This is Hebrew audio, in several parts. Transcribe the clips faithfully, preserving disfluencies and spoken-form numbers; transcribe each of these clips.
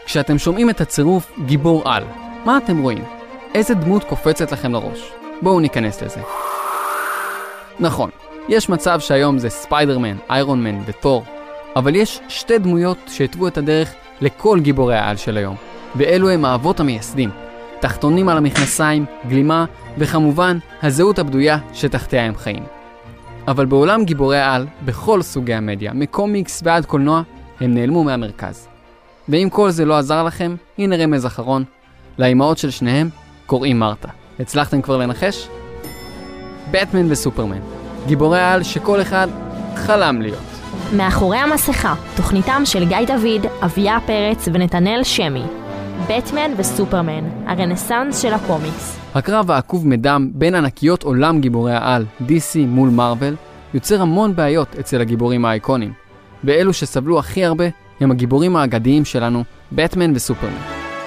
כשאתם שומעים את הצירוף גיבור על, מה אתם רואים? איזה דמות קופצת לכם לראש? בואו ניכנס לזה. נכון, יש מצב שהיום זה ספיידרמן, איירון מן ותור, אבל יש שתי דמויות שהתוו את הדרך לכל גיבורי העל של היום, ואלו הם האבות המייסדים, תחתונים על המכנסיים, גלימה, וכמובן הזהות הבדויה שתחתיה הם חיים. אבל בעולם גיבורי העל, בכל סוגי המדיה, מקומיקס ועד קולנוע, הם נעלמו מהמרכז. ואם כל זה לא עזר לכם, הנה רמז אחרון, לאימהות של שניהם קוראים מרתה. הצלחתם כבר לנחש? בטמן וסופרמן, גיבורי העל שכל אחד חלם להיות. מאחורי המסכה, תוכניתם של גיא דוד, אביה פרץ ונתנאל שמי. בטמן וסופרמן, הרנסנס של הקומיקס. הקרב העקוב מדם בין ענקיות עולם גיבורי העל, די סי מול מארוול, יוצר המון בעיות אצל הגיבורים האיקונים. ואלו שסבלו הכי הרבה הם הגיבורים האגדיים שלנו, בטמן וסופרמן.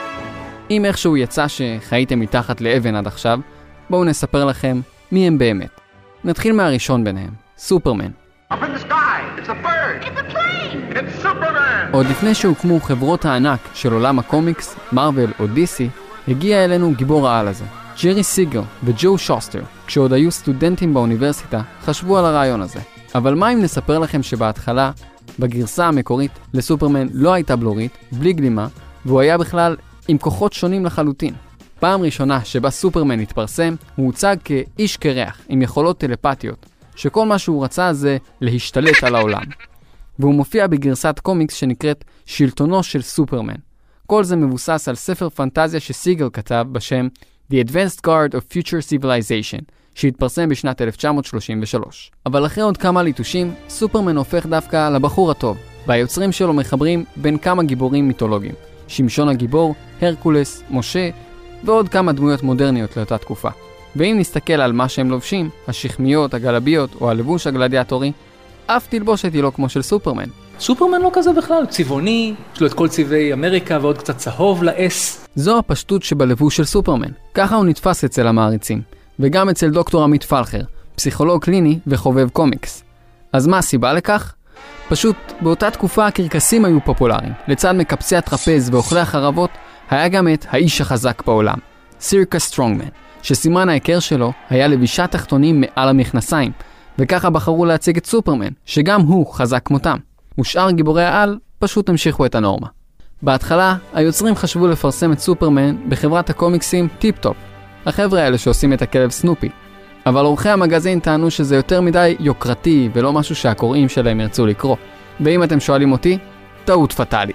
אם איכשהו יצא שחייתם מתחת לאבן עד עכשיו, בואו נספר לכם מי הם באמת. נתחיל מהראשון ביניהם, סופרמן. Up in the sky, it's a bird. It's a plane. It's Superman. עוד לפני שהוקמו חברות הענק של עולם הקומיקס, מארוול או די סי, הגיע אלינו גיבור העל הזה. ג'רי סיגל וג'ו שוסטר, כשעוד היו סטודנטים באוניברסיטה, חשבו על הרעיון הזה. אבל מה אם נספר לכם שבהתחלה, בגרסה המקורית, לסופרמן לא הייתה בלורית, בלי גלימה, והוא היה בכלל עם כוחות שונים לחלוטין. פעם ראשונה שבה סופרמן התפרסם, הוא הוצג כאיש קרח, עם יכולות טלפתיות, שכל מה שהוא רצה זה להשתלט על העולם. והוא מופיע בגרסת קומיקס שנקראת שלטונו של סופרמן. כל זה מבוסס על ספר פנטזיה שסיגל כתב בשם The Advanced Guard of Future Civilization, שהתפרסם בשנת אלף תשע מאות שלושים ושלוש. אבל אחרי עוד כמה ליטושים, סופרמן הופך דווקא לבחור הטוב, והיוצרים שלו מחברים בין כמה גיבורים מיתולוגיים. שמשון הגיבור, הרקולס, משה, ועוד כמה דמויות מודרניות לאותה תקופה. ואם נסתכל על מה שהם לובשים, השכמיות, הגלביות או הלבוש הגלדיאטורי, אף תלבושת היא לא כמו של סופרמן. סופרמן לא כזה בכלל, צבעוני, יש לו את כל צבעי אמריקה ועוד קצת צהוב לאס. זו הפשטות שבלבוש של סופרמן. ככה הוא נתפס אצל המעריצים, וגם אצל דוקטור עמית פלחר, פסיכולוג קליני וחובב קומיקס. אז מה הסיבה לכך? פשוט באותה תקופה הקרקסים היו פופולריים. לצד מקפצי הטרפז ואוכלי החרבות, היה גם את האיש החזק בעולם, סירקס סטרונגמן, שסימן ההיכר שלו היה לבישת תחתונים מעל המכנסיים, וככה בחרו להציג את סופרמן, שגם הוא חזק כמותם. ושאר גיבורי העל פשוט המשיכו את הנורמה. בהתחלה, היוצרים חשבו לפרסם את סופרמן בחברת הקומיקסים טיפ-טופ, החבר'ה האלה שעושים את הכלב סנופי. אבל עורכי המגזין טענו שזה יותר מדי יוקרתי ולא משהו שהקוראים שלהם ירצו לקרוא. ואם אתם שואלים אותי, טעות פטאלי.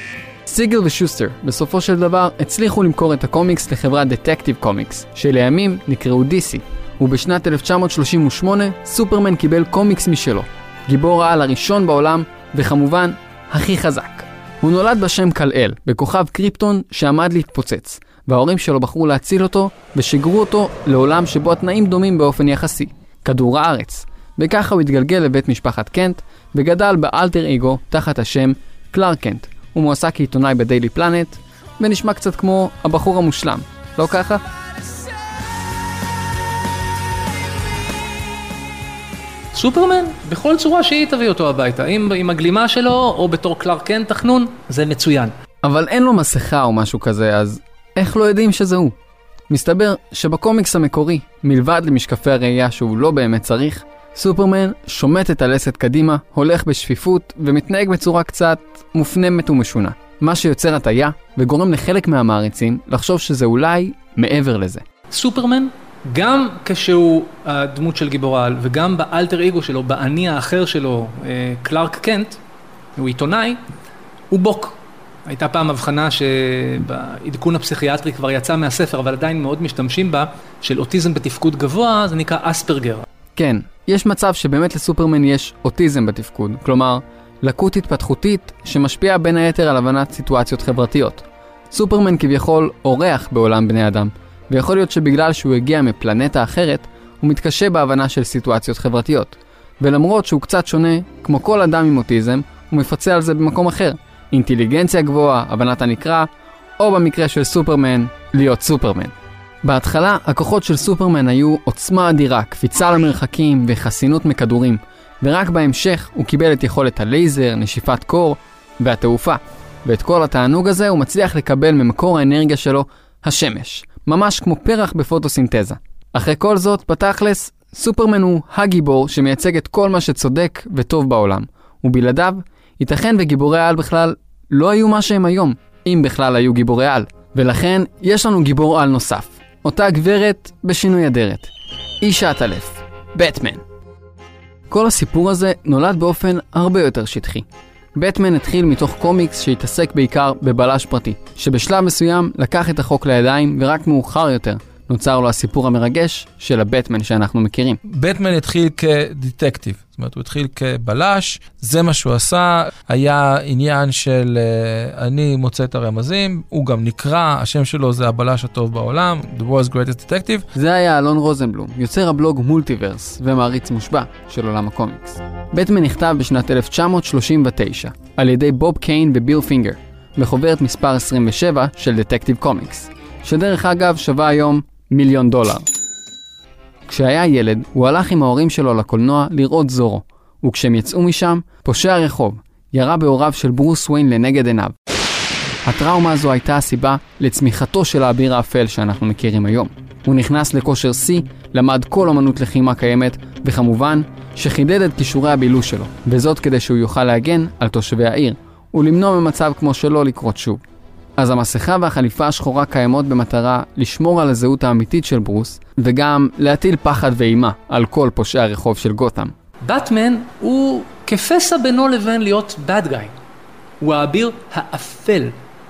סיגל ושוסטר בסופו של דבר הצליחו למכור את הקומיקס לחברת דטקטיב קומיקס, שלימים נקראו די סי, ובשנת אלף תשע מאות שלושים ושמונה סופרמן קיבל קומיקס משלו, גיבור העל הראשון בעולם וכמובן הכי חזק. הוא נולד בשם קל-אל, בכוכב קריפטון שעמד להתפוצץ, וההורים שלו בחרו להציל אותו ושיגרו אותו לעולם שבו התנאים דומים באופן יחסי, כדור הארץ. וככה הוא התגלגל לבית משפחת קנט וגדל באלטר אגו תחת השם קלארק קנט. הוא מועסק כעיתונאי בדיילי פלנט, ונשמע קצת כמו הבחור המושלם, לא ככה? סופרמן, בכל צורה שהיא תביא אותו הביתה, עם, עם הגלימה שלו או בתור קלארק קנט תחנון, זה מצוין. אבל אין לו מסכה או משהו כזה, אז איך לא יודעים שזה הוא? מסתבר שבקומיקס המקורי, מלבד למשקפי הראייה שהוא לא באמת צריך, סופרמן שומט את הלסת קדימה, הולך בשפיפות ומתנהג בצורה קצת מופנמת ומשונה. מה שיוצר הטיה וגורם לחלק מהמעריצים לחשוב שזה אולי מעבר לזה. סופרמן, גם כשהוא הדמות של גיבור העל וגם באלטר אגו שלו, באני האחר שלו, קלארק קנט, הוא עיתונאי, הוא בוק. הייתה פעם הבחנה שבעדכון הפסיכיאטרי כבר יצא מהספר, אבל עדיין מאוד משתמשים בה, של אוטיזם בתפקוד גבוה, זה נקרא אספרגר. כן, יש מצב שבאמת לסופרמן יש אוטיזם בתפקוד, כלומר, לקות התפתחותית שמשפיעה בין היתר על הבנת סיטואציות חברתיות. סופרמן כביכול אורח בעולם בני אדם, ויכול להיות שבגלל שהוא הגיע מפלנטה אחרת, הוא מתקשה בהבנה של סיטואציות חברתיות. ולמרות שהוא קצת שונה, כמו כל אדם עם אוטיזם, הוא מפצה על זה במקום אחר. אינטליגנציה גבוהה, הבנת הנקרא, או במקרה של סופרמן, להיות סופרמן. בהתחלה, הכוחות של סופרמן היו עוצמה אדירה, קפיצה למרחקים וחסינות מכדורים, ורק בהמשך הוא קיבל את יכולת הלייזר, נשיפת קור והתעופה. ואת כל התענוג הזה הוא מצליח לקבל ממקור האנרגיה שלו, השמש, ממש כמו פרח בפוטוסינתזה. אחרי כל זאת, בתכלס, סופרמן הוא הגיבור שמייצג את כל מה שצודק וטוב בעולם, ובלעדיו, ייתכן וגיבורי העל בכלל לא היו מה שהם היום, אם בכלל היו גיבורי על. ולכן יש לנו גיבור על נוסף, אותה גברת בשינוי אדרת, אישה עטלף, בטמן. כל הסיפור הזה נולד באופן הרבה יותר שטחי. בטמן התחיל מתוך קומיקס שהתעסק בעיקר בבלש פרטי, שבשלב מסוים לקח את החוק לידיים ורק מאוחר יותר נוצר לו הסיפור המרגש של הבטמן שאנחנו מכירים. בטמן התחיל כדטקטיב, זאת אומרת, הוא התחיל כבלש, זה מה שהוא עשה, היה עניין של uh, אני מוצא את הרמזים, הוא גם נקרא, השם שלו זה הבלש הטוב בעולם, The World's Greatest Detective. זה היה אלון רוזנבלום, יוצר הבלוג מולטיברס ומעריץ מושבע של עולם הקומיקס. בטמן נכתב בשנת אלף תשע מאות שלושים ותשע על ידי בוב קיין וביל פינגר, בחוברת מספר עשרים ושבע של דטקטיב קומיקס, שדרך אגב שווה היום מיליון דולר. כשהיה ילד, הוא הלך עם ההורים שלו לקולנוע לראות זורו, וכשהם יצאו משם, פושע הרחוב ירה בהוריו של ברוס וויין לנגד עיניו. הטראומה הזו הייתה הסיבה לצמיחתו של האביר האפל שאנחנו מכירים היום. הוא נכנס לכושר C, למד כל אומנות לחימה קיימת, וכמובן שחידד את כישורי הבילוש שלו, וזאת כדי שהוא יוכל להגן על תושבי העיר, ולמנוע ממצב כמו שלא לקרות שוב. אז המסכה והחליפה השחורה קיימות במטרה לשמור על הזהות האמיתית של ברוס, וגם להטיל פחד ואימה על כל פושעי הרחוב של גותם. בטמן הוא כפסע בינו לבין להיות bad guy. הוא האביר האפל.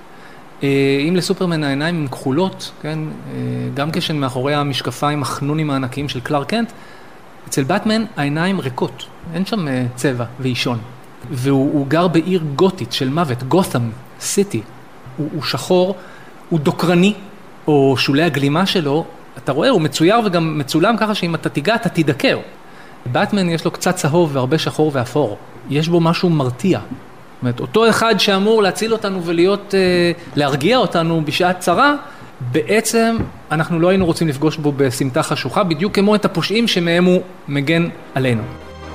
אם לסופרמן העיניים הן כחולות, כן? גם כשהן מאחורי המשקפיים החנונים הענקיים של קלארק קנט, אצל בטמן העיניים ריקות. אין שם צבע ואישון. והוא גר בעיר גותית של מוות, גות'ם סיטי. הוא, הוא שחור, הוא דוקרני, או שולי הגלימה שלו, אתה רואה, הוא מצויר וגם מצולם ככה שאם אתה תיגע, אתה תידקר. בטמן יש לו קצת צהוב והרבה שחור ואפור. יש בו משהו מרתיע. זאת אומרת, אותו אחד שאמור להציל אותנו ולהיות, אה, להרגיע אותנו בשעת צרה, בעצם אנחנו לא היינו רוצים לפגוש בו בסמטה חשוכה, בדיוק כמו את הפושעים שמהם הוא מגן עלינו.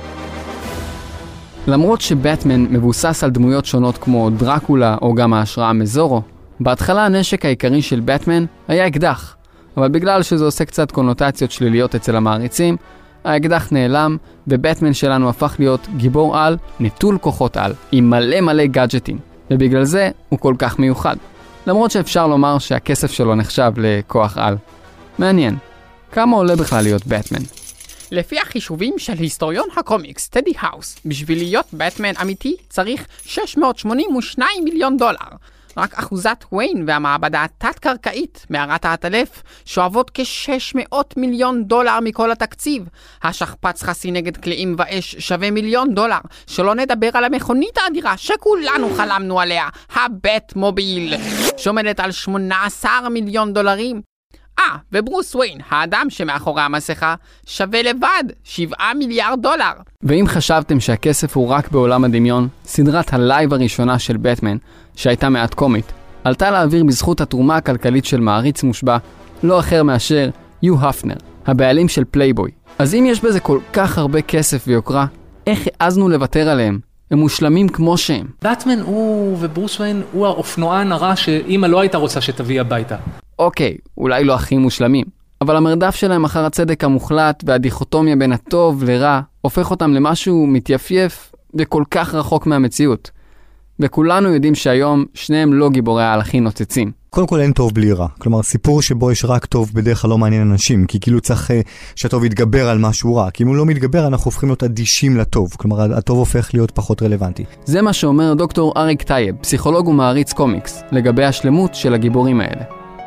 למרות שבטמן מבוסס על דמויות שונות כמו דרקולה או גם ההשראה מזורו, בהתחלה הנשק העיקרי של בטמן היה אקדח, אבל בגלל שזה עושה קצת קונוטציות שליליות אצל המעריצים, האקדח נעלם ובטמן שלנו הפך להיות גיבור על נטול כוחות על, עם מלא מלא גאדג'טים, ובגלל זה הוא כל כך מיוחד. למרות שאפשר לומר שהכסף שלו נחשב לכוח על. מעניין, כמה עולה בכלל להיות בטמן? לפי החישובים של היסטוריון הקומיקס, טדי האוס, בשביל להיות בטמן אמיתי צריך שש מאות שמונים ושניים מיליון דולר. רק אחוזת וויין והמעבדה התת-קרקעית מערת העטלף שואבות כ-שש מאות מיליון דולר מכל התקציב. השכפ"ץ חסי נגד קלעים ואש שווה מיליון דולר, שלא נדבר על המכונית האדירה שכולנו חלמנו עליה, הבט מוביל, שעומדת על שמונה עשר מיליון דולרים. אה, וברוס וויין, האדם שמאחורי המסכה, שווה לבד שבעה מיליארד דולר. ואם חשבתם שהכסף הוא רק בעולם הדמיון, סדרת הלייב הראשונה של בטמן, שהייתה מעט קומית, עלתה להעביר בזכות התרומה הכלכלית של מעריץ מושבע, לא אחר מאשר יו הפנר, הבעלים של פלייבוי. אז אם יש בזה כל כך הרבה כסף ויוקרה, איך העזנו לוותר עליהם? הם מושלמים כמו שהם. בטמן הוא וברוס וויין הוא האופנוען הרע שאמא לא הייתה רוצה שתביא הביתה. אוקיי, אולי לא הכי מושלמים, אבל המרדף שלהם אחר הצדק המוחלט והדיכוטומיה בין הטוב לרע הופך אותם למשהו מתייפייף וכל כך רחוק מהמציאות. וכולנו יודעים שהיום שניהם לא גיבורי העל הכי נוצצים. קודם כל אין טוב בלי רע. כלומר, סיפור שבו יש רק טוב בדרך כלל לא מעניין אנשים, כי כאילו צריך שהטוב יתגבר על משהו רע. כי אם הוא לא מתגבר, אנחנו הופכים להיות אדישים לטוב. כלומר, הטוב הופך להיות פחות רלוונטי. זה מה שאומר דוקטור אריק טייב, פסיכולוג ומעריץ קומיקס, לגבי השלמות של הגיבורים האלה.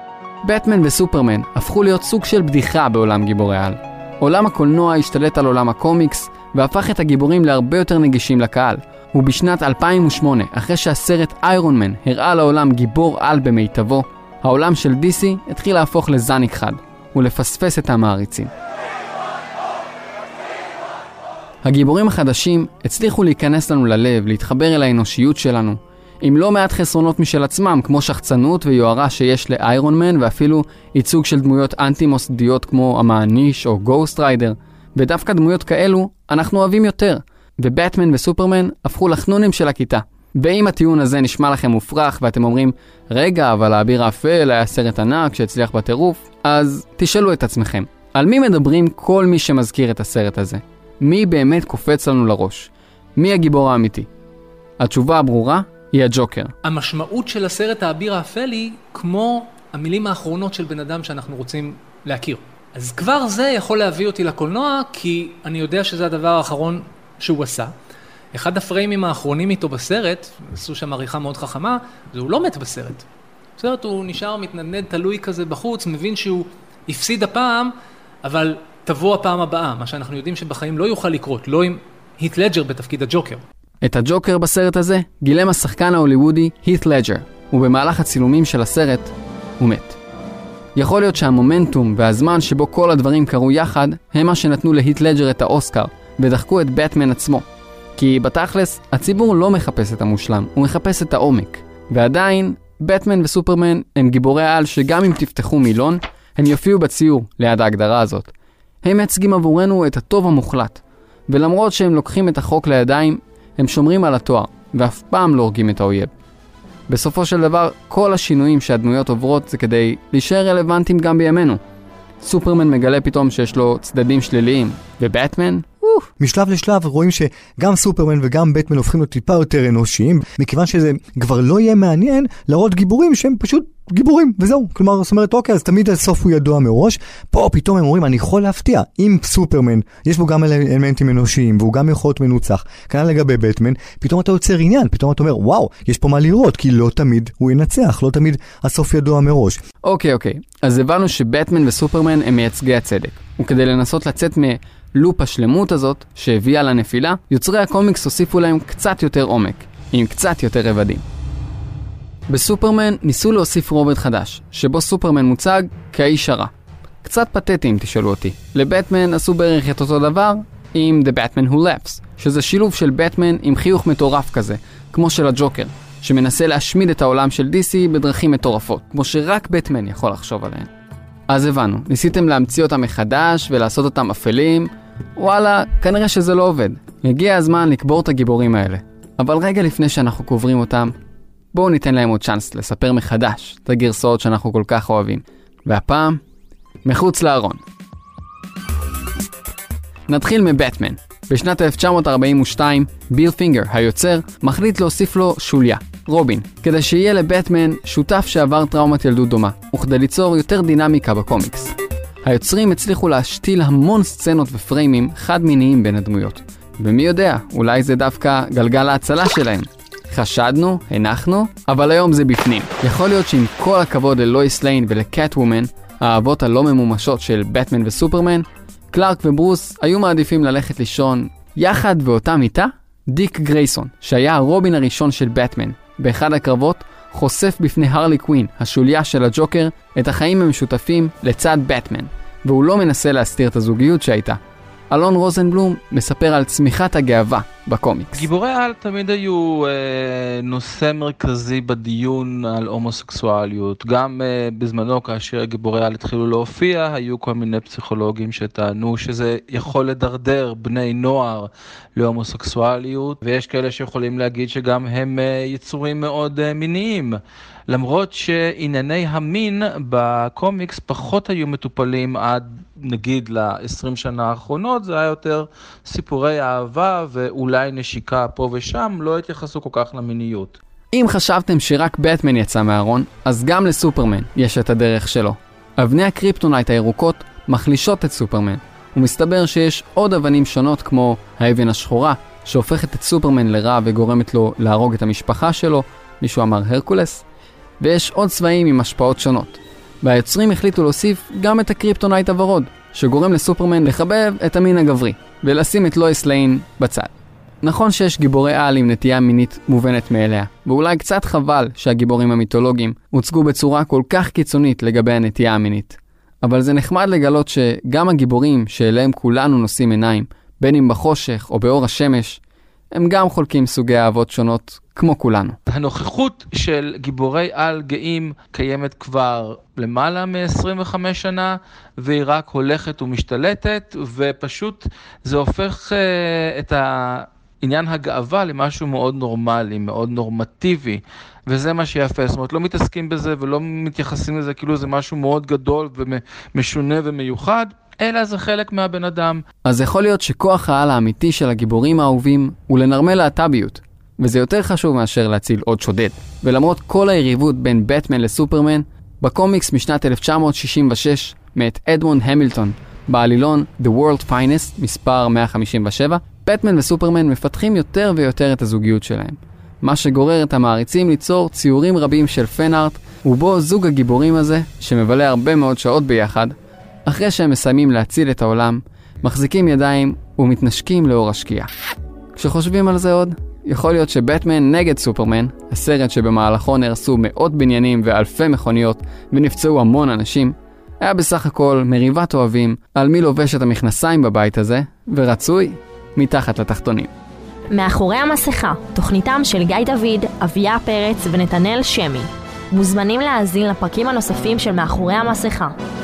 בטמן וסופרמן הפכו להיות סוג של בדיחה בעולם גיבורי העל. עולם הקולנוע השתלט על עולם הקומיקס, והפך את הגיבורים להרבה יותר נגישים לקהל. ובשנת אלפיים ושמונה, אחרי שהסרט איירון מן הראה לעולם גיבור על במיטבו, העולם של די סי התחיל להפוך לזניק חד, ולפספס את המעריצים. הגיבורים החדשים הצליחו להיכנס לנו ללב, להתחבר אל האנושיות שלנו, עם לא מעט חסרונות משל עצמם, כמו שחצנות ויוערה שיש לאיירון מן, ואפילו ייצוג של דמויות אנטי-מוסדיות כמו המעניש או גוסט ריידר, ודווקא דמויות כאלו אנחנו אוהבים יותר. ובטמן וסופרמן הפכו לחנונים של הכיתה, ואם הטיעון הזה נשמע לכם מופרך ואתם אומרים, רגע, אבל האביר האפל היה סרט ענק שהצליח בטירוף, אז תשאלו את עצמכם, על מי מדברים כל מי שמזכיר את הסרט הזה? מי באמת קופץ לנו לראש? מי הגיבור האמיתי? התשובה הברורה היא הג'וקר. המשמעות של הסרט האביר האפל היא כמו המילים האחרונות של בן אדם שאנחנו רוצים להכיר. אז כבר זה יכול להביא אותי לקולנוע, כי אני יודע שזה הדבר האחרון שהוא עשה. אחד הפריימים האחרונים איתו בסרט, עשו שם עריכה מאוד חכמה, זה הוא לא מת בסרט. בסרט הוא נשאר מתנדנד תלוי כזה בחוץ, מבין שהוא הפסיד הפעם, אבל תבוא הפעם הבאה, מה שאנחנו יודעים שבחיים לא יוכל לקרות, לא עם הית' לג'ר בתפקיד הג'וקר. את הג'וקר בסרט הזה גילם השחקן ההוליוודי הית' לג'ר, ובמהלך הצילומים של הסרט הוא מת. יכול להיות שהמומנטום והזמן שבו כל הדברים קרו יחד הם מה שנתנו להית' לג'ר את האוסקר ודחקו את בטמן עצמו. כי בתכלס הציבור לא מחפש את המושלם, הוא מחפש את העומק. ועדיין בטמן וסופרמן הם גיבורי העל שגם אם תפתחו מילון הם יופיעו בציור ליד ההגדרה הזאת. הם מייצגים עבורנו את הטוב המוחלט, ולמרות שהם לוקחים את החוק לידיים הם שומרים על התואר ואף פעם לא הורגים את האויב. בסופו של דבר, כל השינויים שהדמויות עוברות זה כדי להישאר רלוונטיים גם בימינו. סופרמן מגלה פתאום שיש לו צדדים שליליים, ובטמן? משלב לשלב רואים שגם סופרמן וגם בטמן הופכים להיות טיפה יותר אנושיים, מכיוון שזה כבר לא יהיה מעניין להראות גיבורים שהם פשוט גיבורים, וזהו. כלומר, זאת אומרת, אוקיי, אז תמיד הסוף הוא ידוע מראש. פה פתאום הם אומרים, אני יכול להפתיע. אם סופרמן, יש בו גם אלמנטים אנושיים, והוא גם יכול להיות מנוצח. כנ"ל לגבי בטמן, פתאום אתה יוצר עניין, פתאום אתה אומר, וואו, יש פה מה לראות, כי לא תמיד הוא ינצח, לא תמיד הסוף ידוע מראש. אוקיי, אוקיי. אז הבנו שבטמן וסופרמן הם מייצגי הצדק. וכדי לנסות לצאת מלופ השלמות הזאת, שהביאה לנפילה, יוצרי הקומיקס הוסיפו להם קצת יותר עומק, עם קצת יותר רבדים. בסופרמן ניסו להוסיף רובד חדש, שבו סופרמן מוצג כאיש הרע. קצת פתטי אם תשאלו אותי. לבטמן עשו בערך את אותו דבר עם The Batman Who Laughs, שזה שילוב של בטמן עם חיוך מטורף כזה, כמו של הג'וקר, שמנסה להשמיד את העולם של די סי בדרכים מטורפות, כמו שרק בטמן יכול לחשוב עליהן. אז הבנו, ניסיתם להמציא אותם מחדש ולעשות אותם אפלים, וואלה, כנראה שזה לא עובד. הגיע הזמן לקבור את הגיבורים האלה. אבל רגע לפני שאנחנו קוברים אותם, בואו ניתן להם עוד צ'אנס לספר מחדש את הגרסאות שאנחנו כל כך אוהבים. והפעם, מחוץ לארון. נתחיל מבטמן. בשנת אלף תשע מאות ארבעים ושתיים, ביל פינגר, היוצר, מחליט להוסיף לו שוליה, רובין, כדי שיהיה לבטמן שותף שעבר טראומת ילדות דומה, וכדי ליצור יותר דינמיקה בקומיקס. היוצרים הצליחו להשתיל המון סצנות ופריימים חד-מיניים בין הדמויות. ומי יודע, אולי זה דווקא גלגל ההצלה שלהם. חשדנו, הנחנו, אבל היום זה בפנים. יכול להיות שעם כל הכבוד ללואיס ליין ולקאט וומן, האהבות הלא ממומשות של בטמן וסופרמן, קלארק וברוס היו מעדיפים ללכת לישון יחד באותה מיטה. דיק גרייסון, שהיה הרובין הראשון של בטמן, באחד הקרבות חושף בפני הרלי קווין, השוליה של הג'וקר, את החיים המשותפים לצד בטמן, והוא לא מנסה להסתיר את הזוגיות שהייתה. אלון רוזנבלום מספר על צמיחת הגאווה בקומיקס. גיבורי על תמיד היו אה, נושא מרכזי בדיון על הומוסקסואליות. גם אה, בזמנו כאשר גיבורי על התחילו להופיע, היו כל מיני פסיכולוגים שטענו שזה יכול לדרדר בני נוער להומוסקסואליות, ויש כאלה שיכולים להגיד שגם הם אה, יצורים מאוד אה, מיניים. למרות שענייני המין בקומיקס פחות היו מטופלים עד נגיד ל-עשרים שנה האחרונות, זה היה יותר סיפורי אהבה ואולי נשיקה פה ושם, לא התייחסו כל כך למיניות. אם חשבתם שרק בטמן יצא מהארון, אז גם לסופרמן יש את הדרך שלו. אבני הקריפטונייט הירוקות מחלישות את סופרמן, ומסתבר שיש עוד אבנים שונות כמו האבן השחורה, שהופכת את סופרמן לרע וגורמת לו להרוג את המשפחה שלו, מישהו אמר הרקולס, ויש עוד צבעים עם השפעות שונות. והיוצרים החליטו להוסיף גם את הקריפטונייט הוורוד, שגורם לסופרמן לחבב את המין הגברי, ולשים את לואיס ליין בצד. נכון שיש גיבורי על עם נטייה מינית מובנת מאליה, ואולי קצת חבל שהגיבורים המיתולוגיים הוצגו בצורה כל כך קיצונית לגבי הנטייה המינית. אבל זה נחמד לגלות שגם הגיבורים שאליהם כולנו נושאים עיניים, בין אם בחושך או באור השמש, הם גם חולקים סוגי אהבות שונות כמו כולנו. הנוכחות של גיבורי על גאים קיימת כבר למעלה מ-עשרים וחמש שנה, והיא רק הולכת ומשתלטת, ופשוט זה הופך uh, את עניין הגאווה למשהו מאוד נורמלי, מאוד נורמטיבי, וזה מה שיפה. זאת אומרת, לא מתעסקים בזה ולא מתייחסים לזה כאילו זה משהו מאוד גדול ומשונה ומיוחד, אלא זה חלק מהבן אדם. אז יכול להיות שכוח העל האמיתי של הגיבורים האהובים הוא לנרמל להט"ביות, וזה יותר חשוב מאשר להציל עוד שודד. ולמרות כל היריבות בין בטמן לסופרמן, בקומיקס משנת אלף תשע מאות שישים ושש, מאת אדמונד המילטון, בעלילון The World Finest, מספר מאה חמישים ושבע, בטמן וסופרמן מפתחים יותר ויותר את הזוגיות שלהם. מה שגורר את המעריצים ליצור ציורים רבים של פן-ארט, ובו זוג הגיבורים הזה, שמבלה הרבה מאוד שעות ביחד, אחרי שהם מסיימים להציל את העולם, מחזיקים ידיים ומתנשקים לאור השקיעה. כשחושבים על זה עוד, יכול להיות שבטמן נגד סופרמן, הסרט שבמהלכו נהרסו מאות בניינים ואלפי מכוניות ונפצעו המון אנשים, היה בסך הכל מריבת אוהבים על מי לובש את המכנסיים בבית הזה, ורצוי מתחת לתחתונים. מאחורי המסכה, תוכניתם של גיא דוד, אביה פרץ ונתנאל שמי. מוזמנים להאזין לפרקים הנוספים של מאחורי המסכה,